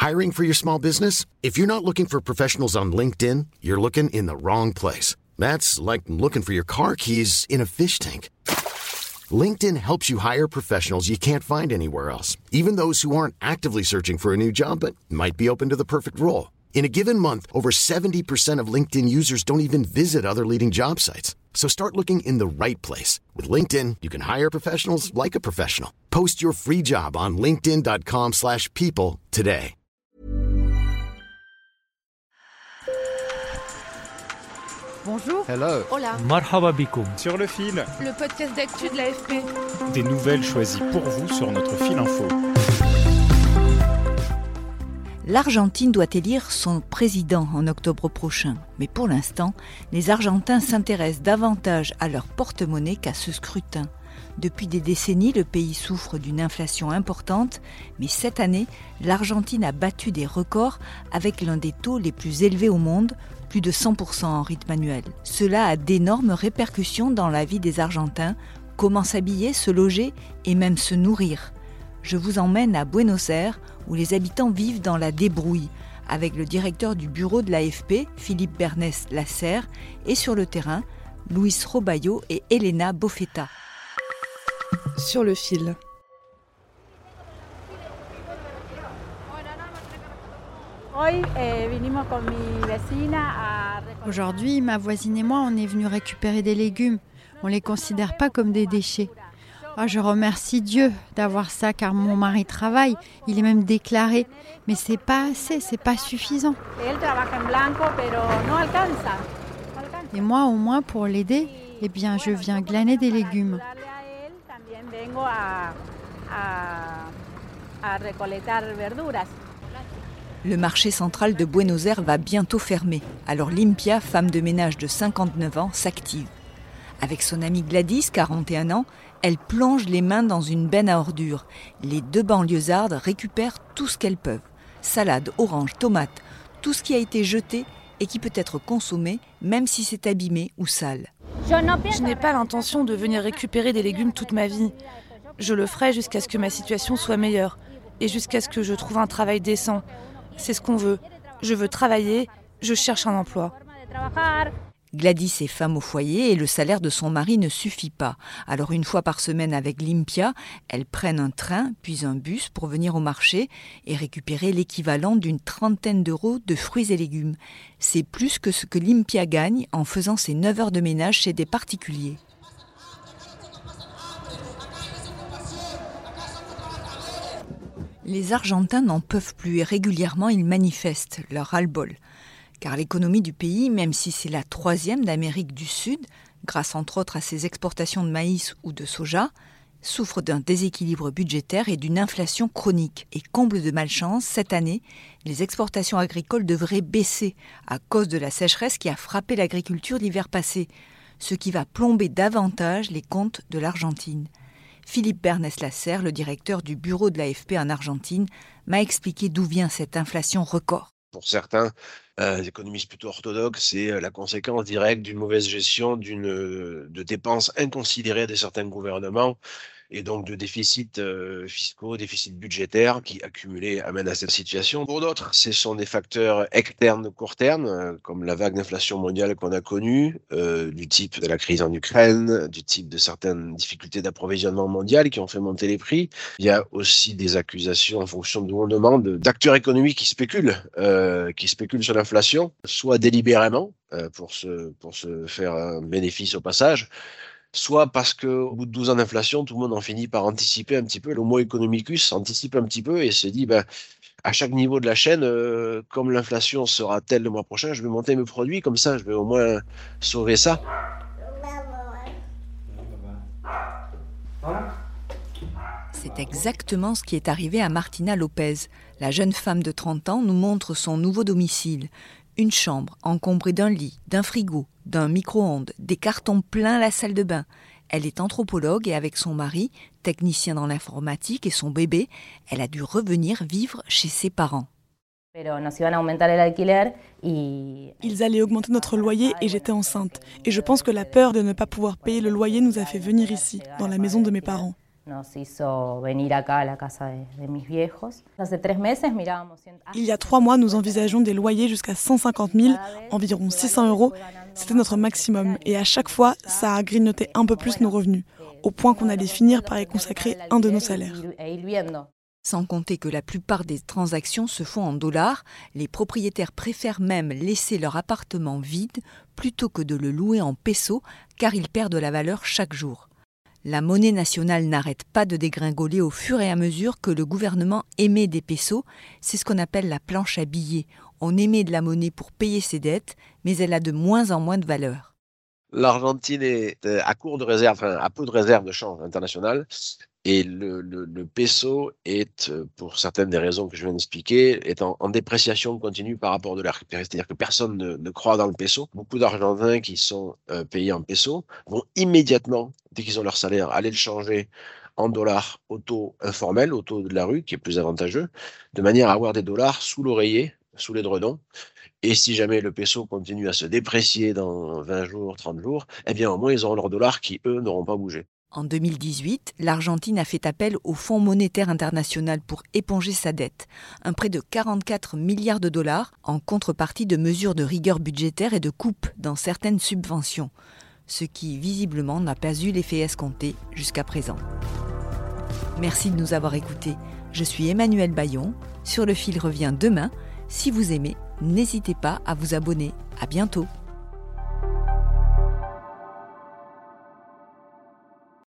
Hiring for your small business? If you're not looking for professionals on LinkedIn, you're looking in the wrong place. That's like looking for your car keys in a fish tank. LinkedIn helps you hire professionals you can't find anywhere else, even those who aren't actively searching for a new job but might be open to the perfect role. In a given month, over 70% of LinkedIn users don't even visit other leading job sites. So start looking in the right place. With LinkedIn, you can hire professionals like a professional. Post your free job on linkedin.com/people today. Bonjour. Hello. Hola. Marhaba bikoum. Sur le fil. Le podcast d'actu de l'AFP. Des nouvelles choisies pour vous sur notre fil info. L'Argentine doit élire son président en octobre prochain. Mais pour l'instant, les Argentins s'intéressent davantage à leur porte-monnaie qu'à ce scrutin. Depuis des décennies, le pays souffre d'une inflation importante, mais cette année, l'Argentine a battu des records avec l'un des taux les plus élevés au monde, plus de 100% en rythme annuel. Cela a d'énormes répercussions dans la vie des Argentins, comment s'habiller, se loger et même se nourrir. Je vous emmène à Buenos Aires, où les habitants vivent dans la débrouille, avec le directeur du bureau de l'AFP, Philippe Bernès Lasserre, et sur le terrain, Luis Robayo et Elena Boffetta. Sur le fil. Aujourd'hui, ma voisine et moi, on est venus récupérer des légumes. On ne les considère pas comme des déchets. Je remercie Dieu d'avoir ça, car mon mari travaille. Il est même déclaré. Mais c'est pas assez, c'est pas suffisant. Et moi, au moins, pour l'aider, je viens glaner des légumes. Le marché central de Buenos Aires va bientôt fermer. Alors Limpia, femme de ménage de 59 ans, s'active. Avec son amie Gladys, 41 ans, elle plonge les mains dans une benne à ordures. Les deux banlieusardes récupèrent tout ce qu'elles peuvent. Salade, oranges, tomates, tout ce qui a été jeté et qui peut être consommé, même si c'est abîmé ou sale. Je n'ai pas l'intention de venir récupérer des légumes toute ma vie. Je le ferai jusqu'à ce que ma situation soit meilleure et jusqu'à ce que je trouve un travail décent. C'est ce qu'on veut. Je veux travailler, je cherche un emploi. Gladys est femme au foyer et le salaire de son mari ne suffit pas. Alors une fois par semaine avec Limpia, elles prennent un train puis un bus pour venir au marché et récupérer l'équivalent d'une 30aine d'euros de fruits et légumes. C'est plus que ce que Limpia gagne en faisant ses 9 heures de ménage chez des particuliers. Les Argentins n'en peuvent plus et régulièrement ils manifestent leur ras-le-bol. Car l'économie du pays, même si c'est la 3e d'Amérique du Sud, grâce entre autres à ses exportations de maïs ou de soja, souffre d'un déséquilibre budgétaire et d'une inflation chronique. Et comble de malchance, cette année, les exportations agricoles devraient baisser à cause de la sécheresse qui a frappé l'agriculture l'hiver passé, ce qui va plomber davantage les comptes de l'Argentine. Philippe Bernès Lasserre, le directeur du bureau de l'AFP en Argentine, m'a expliqué d'où vient cette inflation record. Pour certains économistes plutôt orthodoxes, c'est la conséquence directe d'une mauvaise gestion de dépenses inconsidérées de certains gouvernements et donc de déficits fiscaux, déficits budgétaires qui accumulés amènent à cette situation. Pour d'autres, ce sont des facteurs externes court terme, comme la vague d'inflation mondiale qu'on a connue, du type de la crise en Ukraine, du type de certaines difficultés d'approvisionnement mondial qui ont fait monter les prix. Il y a aussi des accusations en fonction de où on demande d'acteurs économiques qui spéculent sur l'inflation, soit délibérément pour se faire un bénéfice au passage, soit parce qu'au bout de 12 ans d'inflation, tout le monde en finit par anticiper un petit peu. L'homo economicus anticipe un petit peu et se dit, à chaque niveau de la chaîne, comme l'inflation sera telle le mois prochain, je vais monter mes produits, comme ça je vais au moins sauver ça. C'est exactement ce qui est arrivé à Martina Lopez. La jeune femme de 30 ans nous montre son nouveau domicile. Une chambre encombrée d'un lit, d'un frigo, d'un micro-ondes, des cartons pleins la salle de bain. Elle est anthropologue et avec son mari, technicien dans l'informatique et son bébé, elle a dû revenir vivre chez ses parents. Ils allaient augmenter notre loyer et j'étais enceinte. Et je pense que la peur de ne pas pouvoir payer le loyer nous a fait venir ici, dans la maison de mes parents. Il y a 3 mois, nous envisageons des loyers jusqu'à 150 000, environ 600 €. C'était notre maximum. Et à chaque fois, ça a grignoté un peu plus nos revenus, au point qu'on allait finir par y consacrer un de nos salaires. Sans compter que la plupart des transactions se font en dollars, les propriétaires préfèrent même laisser leur appartement vide plutôt que de le louer en pesos, car ils perdent de la valeur chaque jour. La monnaie nationale n'arrête pas de dégringoler au fur et à mesure que le gouvernement émet des pesos. C'est ce qu'on appelle la planche à billets. On émet de la monnaie pour payer ses dettes, mais elle a de moins en moins de valeur. L'Argentine est à court de réserve, à peu de réserve de change international. Et le peso est, pour certaines des raisons que je viens d'expliquer, est en dépréciation continue par rapport au dollar. C'est-à-dire que personne ne croit dans le peso. Beaucoup d'Argentins qui sont payés en peso vont immédiatement, dès qu'ils ont leur salaire, aller le changer en dollars au taux informel, au taux de la rue, qui est plus avantageux, de manière à avoir des dollars sous l'oreiller, sous l'édredon. Et si jamais le peso continue à se déprécier dans 20 jours, 30 jours, eh bien au moins ils auront leurs dollars qui, eux, n'auront pas bougé. En 2018, l'Argentine a fait appel au Fonds monétaire international pour éponger sa dette, un prêt de 44 milliards de dollars en contrepartie de mesures de rigueur budgétaire et de coupes dans certaines subventions, ce qui visiblement n'a pas eu l'effet escompté jusqu'à présent. Merci de nous avoir écoutés. Je suis Emmanuelle Bayon. Sur le fil revient demain. Si vous aimez, n'hésitez pas à vous abonner. À bientôt.